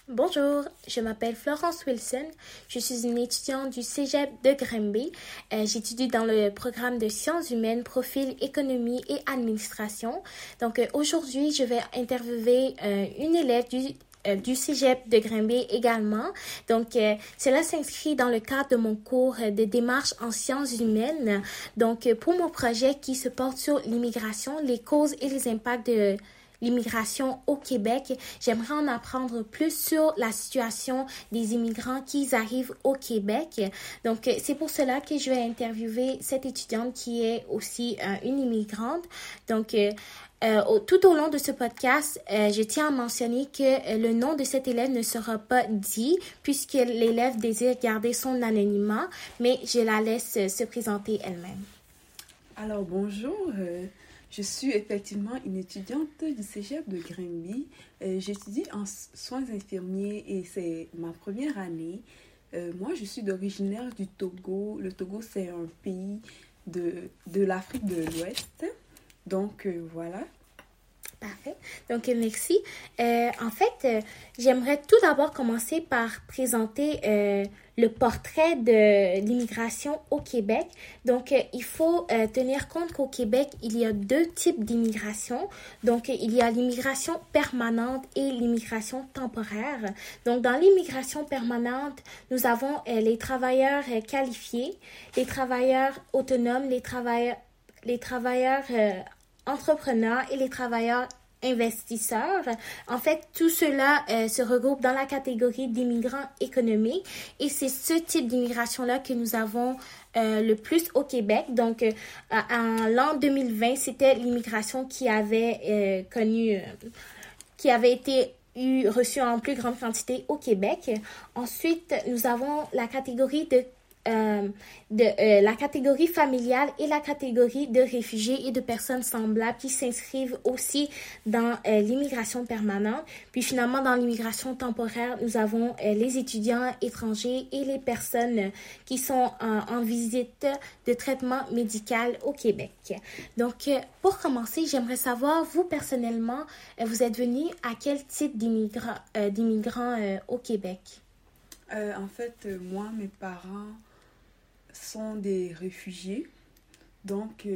Bonjour, je m'appelle Florence Wilson. Je suis une étudiante du Cégep de Granby. J'étudie dans le programme de sciences humaines, profil économie et administration. Donc aujourd'hui, je vais interviewer une élève du Cégep de Granby également. Donc, cela s'inscrit dans le cadre de mon cours de démarche en sciences humaines. Donc, pour mon projet qui se porte sur l'immigration, les causes et les impacts de l'immigration au Québec, j'aimerais en apprendre plus sur la situation des immigrants qui arrivent au Québec. Donc, c'est pour cela que je vais interviewer cette étudiante qui est aussi une immigrante. Donc, tout au long de ce podcast, je tiens à mentionner que le nom de cette élève ne sera pas dit puisque l'élève désire garder son anonymat, mais je la laisse se présenter elle-même. Alors bonjour, je suis effectivement une étudiante du Cégep de Granby. J'étudie en soins infirmiers et c'est ma première année. Moi, je suis originaire du Togo. Le Togo, c'est un pays de l'Afrique de l'Ouest. Donc, voilà. Parfait. Donc, merci. J'aimerais tout d'abord commencer par présenter le portrait de l'immigration au Québec. Donc, il faut tenir compte qu'au Québec, il y a deux types d'immigration. Donc, il y a l'immigration permanente et l'immigration temporaire. Donc, dans l'immigration permanente, nous avons les travailleurs qualifiés, les travailleurs autonomes, les travailleurs entrepreneurs et les travailleurs investisseurs. En fait, tout cela se regroupe dans la catégorie d'immigrants économiques et c'est ce type d'immigration-là que nous avons le plus au Québec. Donc, en l'an 2020, c'était l'immigration qui avait qui avait été reçue en plus grande quantité au Québec. Ensuite, nous avons la catégorie la catégorie familiale et la catégorie de réfugiés et de personnes semblables qui s'inscrivent aussi dans l'immigration permanente. Puis finalement, dans l'immigration temporaire, nous avons les étudiants étrangers et les personnes qui sont en visite de traitement médical au Québec. Donc, pour commencer, j'aimerais savoir, vous personnellement, vous êtes venu à quel type d'immigrants au Québec? En fait, moi, mes parents sont des réfugiés, donc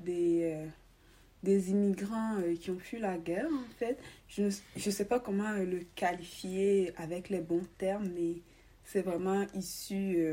des immigrants qui ont fui la guerre, en fait. Je ne sais pas comment le qualifier avec les bons termes, mais c'est vraiment issu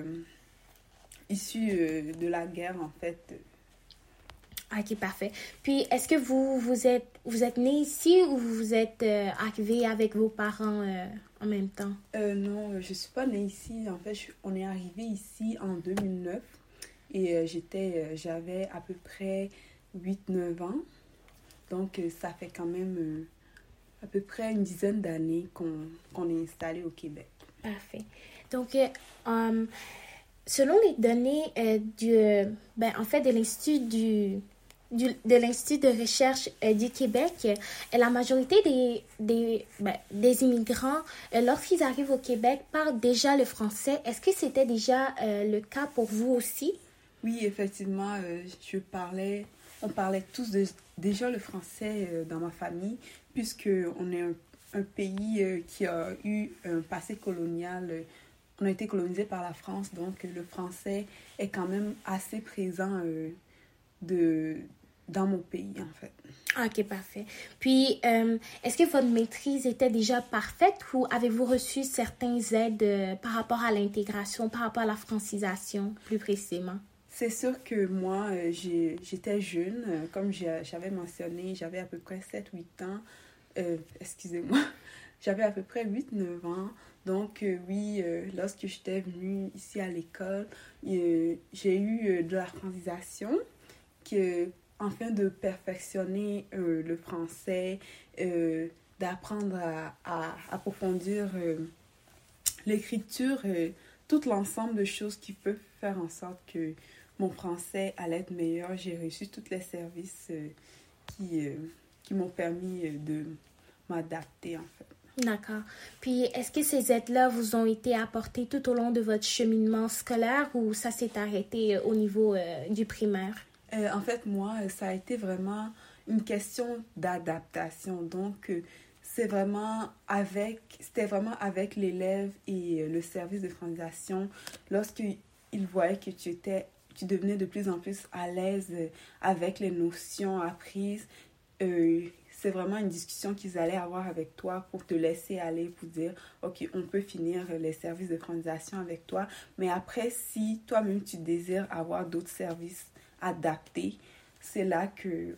de la guerre, en fait. Ok, parfait. Puis, est-ce que vous êtes né ici ou vous êtes arrivé avec vos parents en même temps? Non, je ne suis pas née ici. En fait, on est arrivé ici en 2009 et j'avais à peu près 8-9 ans. Donc, ça fait quand même à peu près une dizaine d'années qu'on est installé au Québec. Parfait. Donc, selon les données de l'Institut de l'Institut de recherche du Québec, la majorité des immigrants, lorsqu'ils arrivent au Québec, parlent déjà le français. Est-ce que c'était déjà le cas pour vous aussi? Oui, effectivement, on parlait tous déjà le français dans ma famille, puisqu'on est un pays qui a eu un passé colonial. On a été colonisé par la France, donc le français est quand même assez présent dans mon pays, en fait. Ok, parfait. Puis, est-ce que votre maîtrise était déjà parfaite ou avez-vous reçu certaines aides par rapport à l'intégration, par rapport à la francisation, plus précisément? C'est sûr que moi, j'étais jeune. Comme j'avais mentionné, j'avais à peu près 7-8 ans. Excusez-moi. J'avais à peu près 8-9 ans. Donc, oui, lorsque j'étais venue ici à l'école, j'ai eu de la francisation afin de perfectionner le français, d'apprendre à approfondir l'écriture, tout l'ensemble de choses qui peuvent faire en sorte que mon français allait être meilleur. J'ai reçu tous les services qui m'ont permis de m'adapter, en fait. D'accord. Puis, est-ce que ces aides-là vous ont été apportées tout au long de votre cheminement scolaire ou ça s'est arrêté au niveau du primaire? En fait, moi, ça a été vraiment une question d'adaptation. Donc, c'était vraiment avec l'élève et le service de francisation lorsqu'ils voyaient que tu devenais de plus en plus à l'aise avec les notions apprises. C'est vraiment une discussion qu'ils allaient avoir avec toi pour te laisser aller, pour dire, OK, on peut finir les services de francisation avec toi. Mais après, si toi-même tu désires avoir d'autres services adaptés, c'est là qu'ils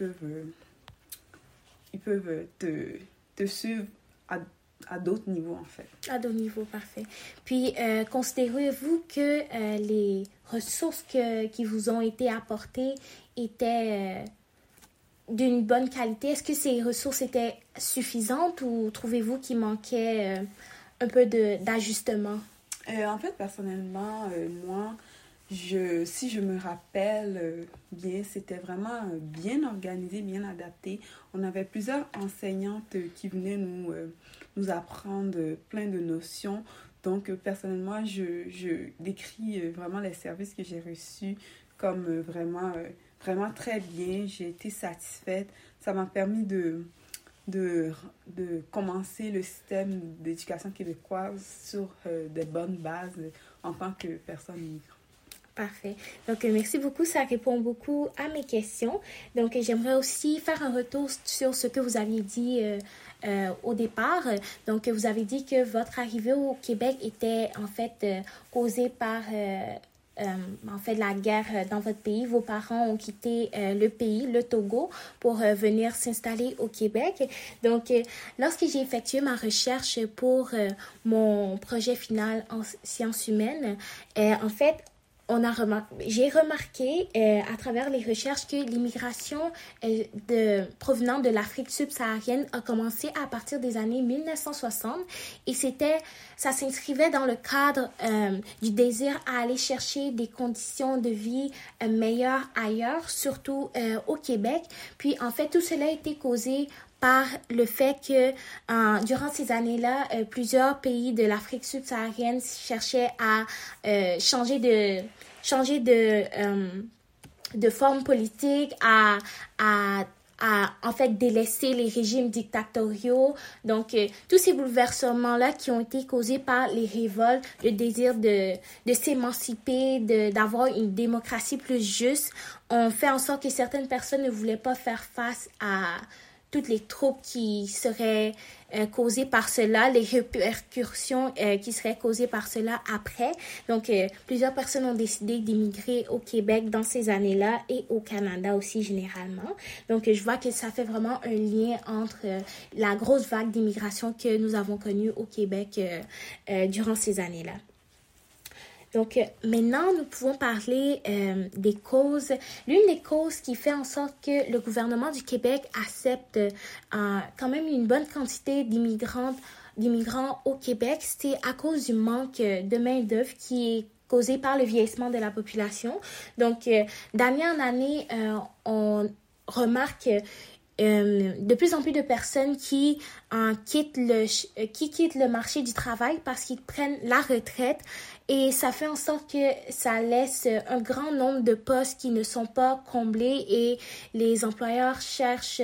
peuvent te suivre à d'autres niveaux, en fait. À d'autres niveaux, parfait. Puis, considérez-vous que les ressources qui vous ont été apportées étaient d'une bonne qualité? Est-ce que ces ressources étaient suffisantes ou trouvez-vous qu'il manquait un peu d'ajustement? En fait, personnellement, moi, si je me rappelle bien, c'était vraiment bien organisé, bien adapté. On avait plusieurs enseignantes qui venaient nous apprendre plein de notions. Donc, personnellement, je décris vraiment les services que j'ai reçus comme vraiment très bien. J'ai été satisfaite. Ça m'a permis de commencer le système d'éducation québécoise sur des bonnes bases en tant que personne migrante. Parfait. Donc, merci beaucoup. Ça répond beaucoup à mes questions. Donc, j'aimerais aussi faire un retour sur ce que vous aviez dit au départ. Donc, vous avez dit que votre arrivée au Québec était en fait causée par la guerre dans votre pays. Vos parents ont quitté le pays, le Togo, pour venir s'installer au Québec. Donc, lorsque j'ai effectué ma recherche pour mon projet final en sciences humaines, en fait, j'ai remarqué à travers les recherches que l'immigration provenant de l'Afrique subsaharienne a commencé à partir des années 1960 et ça s'inscrivait dans le cadre du désir à aller chercher des conditions de vie meilleures ailleurs, surtout au Québec. Puis en fait, tout cela a été causé par le fait que durant ces années-là, plusieurs pays de l'Afrique subsaharienne cherchaient à changer de forme politique, à en fait délaisser les régimes dictatoriaux. Donc, tous ces bouleversements-là qui ont été causés par les révoltes, le désir de s'émanciper, d'avoir une démocratie plus juste, ont fait en sorte que certaines personnes ne voulaient pas faire face à toutes les troubles qui seraient causées par cela, les répercussions qui seraient causées par cela après. Donc, plusieurs personnes ont décidé d'immigrer au Québec dans ces années-là et au Canada aussi généralement. Donc, je vois que ça fait vraiment un lien entre la grosse vague d'immigration que nous avons connue au Québec durant ces années-là. Donc, maintenant, nous pouvons parler des causes. L'une des causes qui fait en sorte que le gouvernement du Québec accepte quand même une bonne quantité d'immigrants au Québec, c'est à cause du manque de main-d'œuvre qui est causé par le vieillissement de la population. Donc, d'année en année, on remarque de plus en plus de personnes qui quittent le marché du travail parce qu'ils prennent la retraite et ça fait en sorte que ça laisse un grand nombre de postes qui ne sont pas comblés et les employeurs cherchent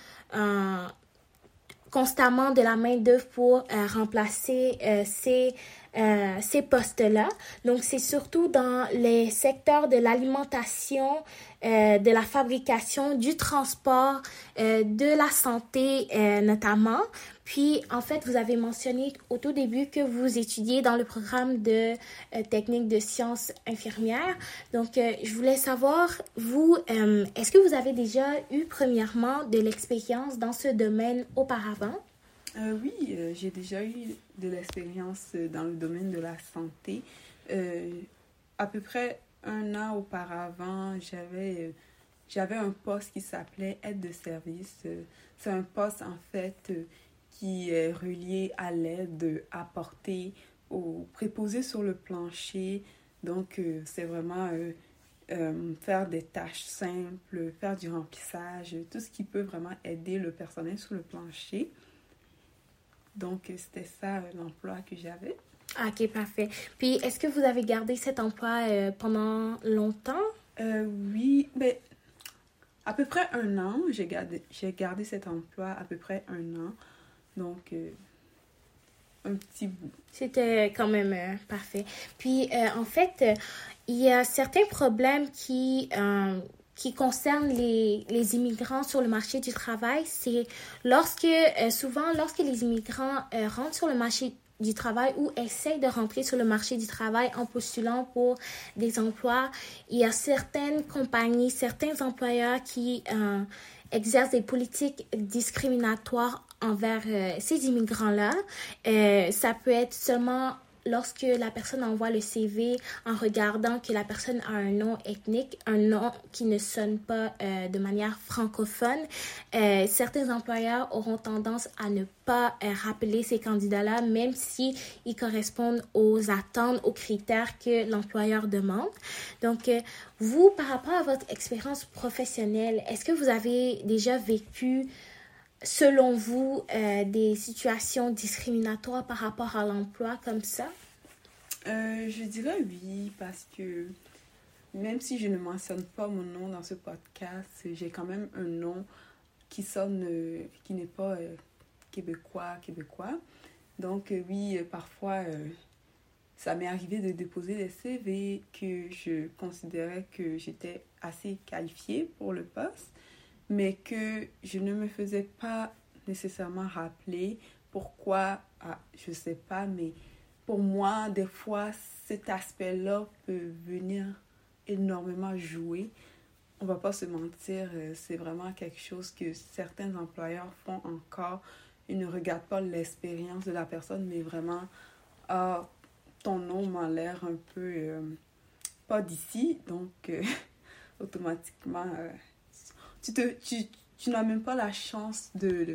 constamment de la main-d'œuvre pour remplacer ces postes-là. Donc, c'est surtout dans les secteurs de l'alimentation, de la fabrication, du transport, de la santé notamment. Puis, en fait, vous avez mentionné au tout début que vous étudiez dans le programme de technique de sciences infirmières. Donc, je voulais savoir, vous, est-ce que vous avez déjà eu premièrement de l'expérience dans ce domaine auparavant? Oui, j'ai déjà eu de l'expérience dans le domaine de la santé. À peu près 1 an auparavant, j'avais un poste qui s'appelait aide de service. C'est un poste, en fait, qui est relié à l'aide apportée aux préposés sur le plancher. Donc, c'est vraiment faire des tâches simples, faire du remplissage, tout ce qui peut vraiment aider le personnel sur le plancher. Donc, c'était ça l'emploi que j'avais. Ok, parfait. Puis, est-ce que vous avez gardé cet emploi pendant longtemps? Oui, mais à peu près 1 an. J'ai gardé cet emploi à peu près 1 an. Donc, un petit bout. C'était quand même parfait. Puis, en fait, il y a certains problèmes qui concernent les immigrants sur le marché du travail. C'est souvent, lorsque les immigrants rentrent sur le marché du travail ou essayent de rentrer sur le marché du travail en postulant pour des emplois, il y a certaines compagnies, certains employeurs qui exercent des politiques discriminatoires envers ces immigrants-là. Ça peut être seulement lorsque la personne envoie le CV en regardant que la personne a un nom ethnique, un nom qui ne sonne pas de manière francophone. Certains employeurs auront tendance à ne pas rappeler ces candidats-là, même si ils correspondent aux attentes, aux critères que l'employeur demande. Donc, vous, par rapport à votre expérience professionnelle, est-ce que vous avez déjà vécu selon vous, des situations discriminatoires par rapport à l'emploi comme ça? Je dirais oui, parce que même si je ne mentionne pas mon nom dans ce podcast, j'ai quand même un nom qui sonne, qui n'est pas québécois. Donc oui, parfois, ça m'est arrivé de déposer des CV que je considérais que j'étais assez qualifiée pour le poste, mais que je ne me faisais pas nécessairement rappeler pourquoi, je ne sais pas, mais pour moi, des fois, cet aspect-là peut venir énormément jouer. On ne va pas se mentir, c'est vraiment quelque chose que certains employeurs font encore. Ils ne regardent pas l'expérience de la personne, mais vraiment, ton nom m'a l'air un peu pas d'ici, donc automatiquement... Tu n'as même pas la chance de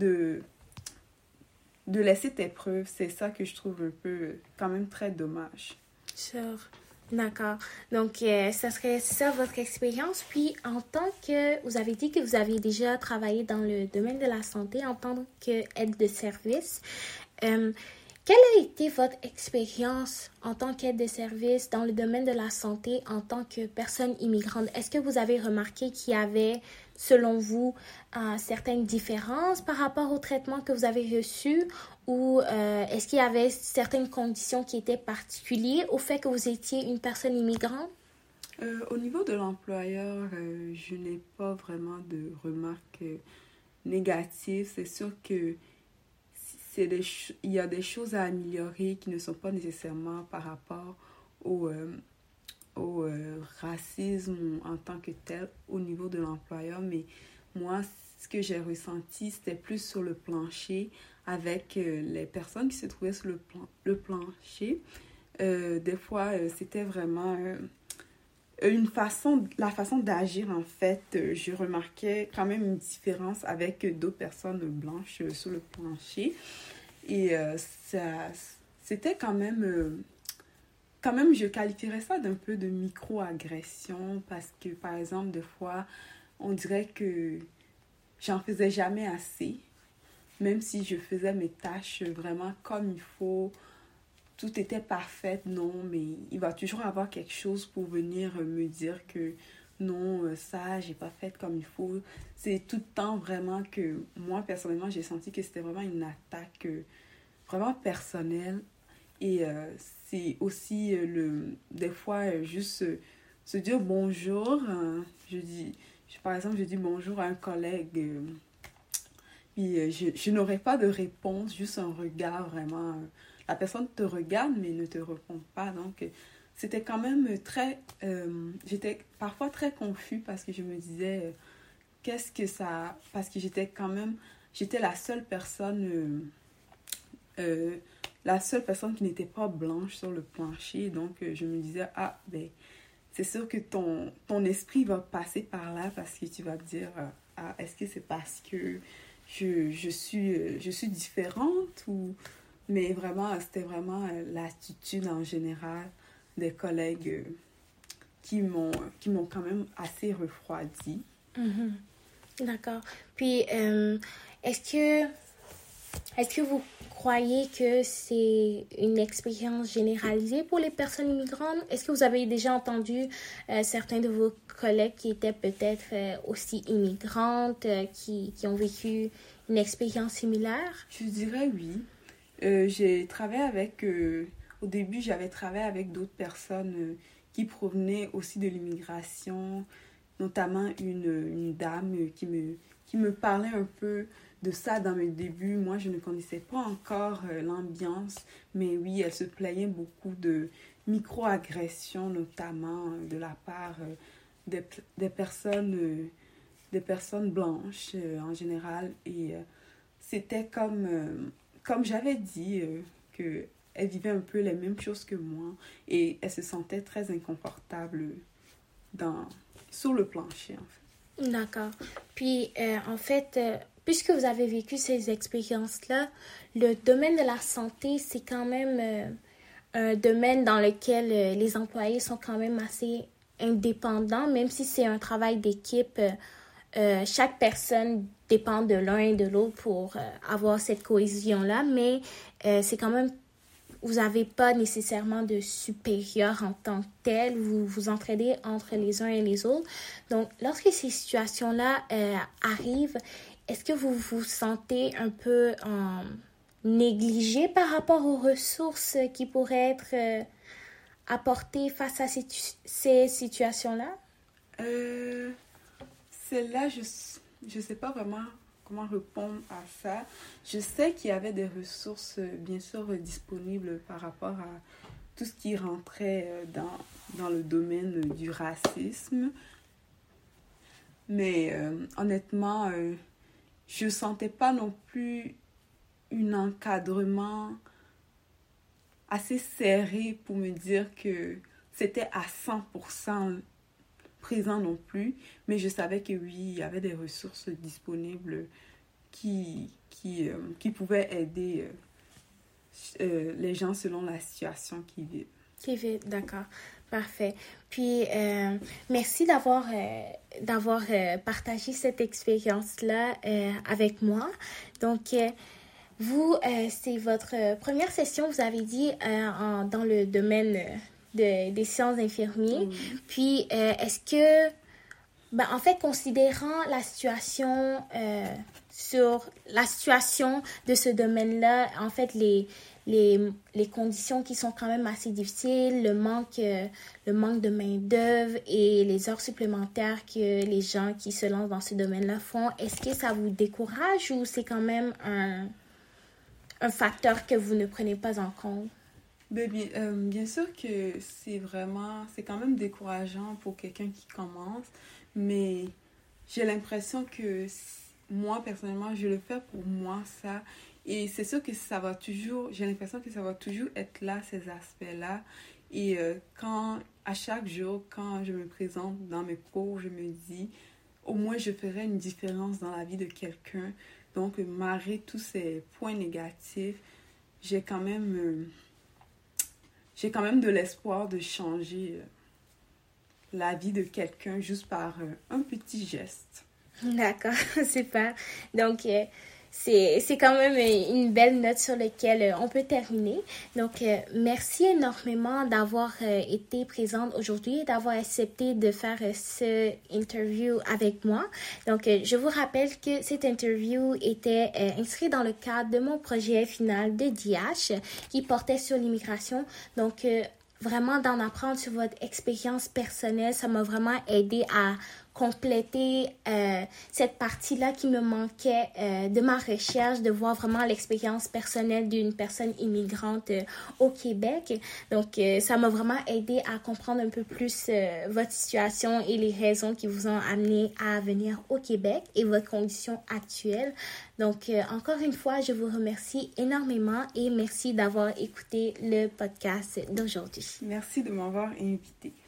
laisser tes preuves. C'est ça que je trouve un peu quand même très dommage. Sûr. D'accord. Donc, ça serait ça votre expérience. Puis, en tant que... Vous avez dit que vous avez déjà travaillé dans le domaine de la santé en tant qu'aide de service. Quelle a été votre expérience en tant qu'aide de service dans le domaine de la santé en tant que personne immigrante? Est-ce que vous avez remarqué qu'il y avait, selon vous, certaines différences par rapport au traitement que vous avez reçu ou est-ce qu'il y avait certaines conditions qui étaient particulières au fait que vous étiez une personne immigrante? Au niveau de l'employeur, je n'ai pas vraiment de remarques négatives. C'est sûr que il y a des choses à améliorer qui ne sont pas nécessairement par rapport au racisme en tant que tel au niveau de l'employeur, mais moi, ce que j'ai ressenti, c'était plus sur le plancher avec les personnes qui se trouvaient sur le plancher. Des fois, c'était vraiment la façon d'agir, en fait. Je remarquais quand même une différence avec d'autres personnes blanches sur le plancher. Et c'était quand même, je qualifierais ça d'un peu de micro-agression parce que, par exemple, des fois, on dirait que j'en faisais jamais assez. Même si je faisais mes tâches vraiment comme il faut, tout était parfait, non, mais il va toujours avoir quelque chose pour venir me dire que non, ça, j'ai pas fait comme il faut. C'est tout le temps vraiment que moi, personnellement, j'ai senti que c'était vraiment une attaque vraiment personnelle. Et c'est aussi des fois juste se dire bonjour. Par exemple, je dis bonjour à un collègue. Puis je n'aurais pas de réponse, juste un regard vraiment. La personne te regarde mais ne te répond pas. Donc, c'était quand même j'étais parfois très confus parce que je me disais, qu'est-ce que ça... Parce que j'étais la seule personne qui n'était pas blanche sur le plancher. Donc, je me disais, c'est sûr que ton esprit va passer par là parce que tu vas te dire, est-ce que c'est parce que je suis différente ou... Mais vraiment, c'était vraiment l'attitude en général des collègues qui m'ont quand même assez refroidi. Mm-hmm. D'accord. Puis, est-ce que vous croyez que c'est une expérience généralisée pour les personnes immigrantes? Est-ce que vous avez déjà entendu certains de vos collègues qui étaient peut-être aussi immigrantes, qui ont vécu une expérience similaire? Je dirais oui. J'ai travaillé avec... au début, j'avais travaillé avec d'autres personnes qui provenaient aussi de l'immigration, notamment une dame qui me parlait un peu de ça dans mes débuts. Moi, je ne connaissais pas encore l'ambiance, mais oui, elle se plaignait beaucoup de micro-agressions, notamment de la part des personnes blanches en général. Et c'était comme j'avais dit, que elle vivait un peu les mêmes choses que moi et elle se sentait très inconfortable sur le plancher, en fait. D'accord. Puis, en fait, puisque vous avez vécu ces expériences-là, le domaine de la santé, c'est quand même un domaine dans lequel les employés sont quand même assez indépendants, même si c'est un travail d'équipe. Chaque personne dépend de l'un et de l'autre pour avoir cette cohésion-là, mais c'est quand même, vous n'avez pas nécessairement de supérieur en tant que tel, vous vous entraidez entre les uns et les autres. Donc, lorsque ces situations-là arrivent, est-ce que vous vous sentez un peu négligé par rapport aux ressources qui pourraient être apportées face à ces situations-là? Celle-là, je sais pas vraiment comment répondre à ça. Je sais qu'il y avait des ressources, bien sûr, disponibles par rapport à tout ce qui rentrait dans le domaine du racisme. Mais honnêtement, je sentais pas non plus un encadrement assez serré pour me dire que c'était à 100% présent non plus, mais je savais que oui, il y avait des ressources disponibles qui pouvaient aider les gens selon la situation qu'ils vivent. Qui vivent, d'accord. Parfait. Puis, merci d'avoir partagé cette expérience-là avec moi. Donc, vous, c'est votre première session, vous avez dit, dans le domaine des sciences infirmières. Puis, est-ce que, en fait, considérant la situation de ce domaine-là, en fait, les conditions qui sont quand même assez difficiles, le manque de main-d'œuvre et les heures supplémentaires que les gens qui se lancent dans ce domaine-là font, est-ce que ça vous décourage ou c'est quand même un facteur que vous ne prenez pas en compte? Bien sûr que c'est quand même décourageant pour quelqu'un qui commence, mais j'ai l'impression que moi, personnellement, je le fais pour moi, ça. Et c'est sûr que j'ai l'impression que ça va toujours être là, ces aspects-là. Et à chaque jour, quand je me présente dans mes cours, je me dis, au moins je ferai une différence dans la vie de quelqu'un. Donc, malgré tous ces points négatifs, j'ai quand même de l'espoir de changer la vie de quelqu'un juste par un petit geste. D'accord, super. Donc, c'est quand même une belle note sur laquelle on peut terminer. Donc, merci énormément d'avoir été présente aujourd'hui et d'avoir accepté de faire ce interview avec moi. Donc, je vous rappelle que cette interview était inscrite dans le cadre de mon projet final de DH qui portait sur l'immigration. Donc, vraiment d'en apprendre sur votre expérience personnelle, ça m'a vraiment aidé à compléter cette partie-là qui me manquait de ma recherche, de voir vraiment l'expérience personnelle d'une personne immigrante au Québec. Donc, ça m'a vraiment aidé à comprendre un peu plus votre situation et les raisons qui vous ont amené à venir au Québec et votre condition actuelle. Donc, encore une fois, je vous remercie énormément et merci d'avoir écouté le podcast d'aujourd'hui. Merci de m'avoir invité.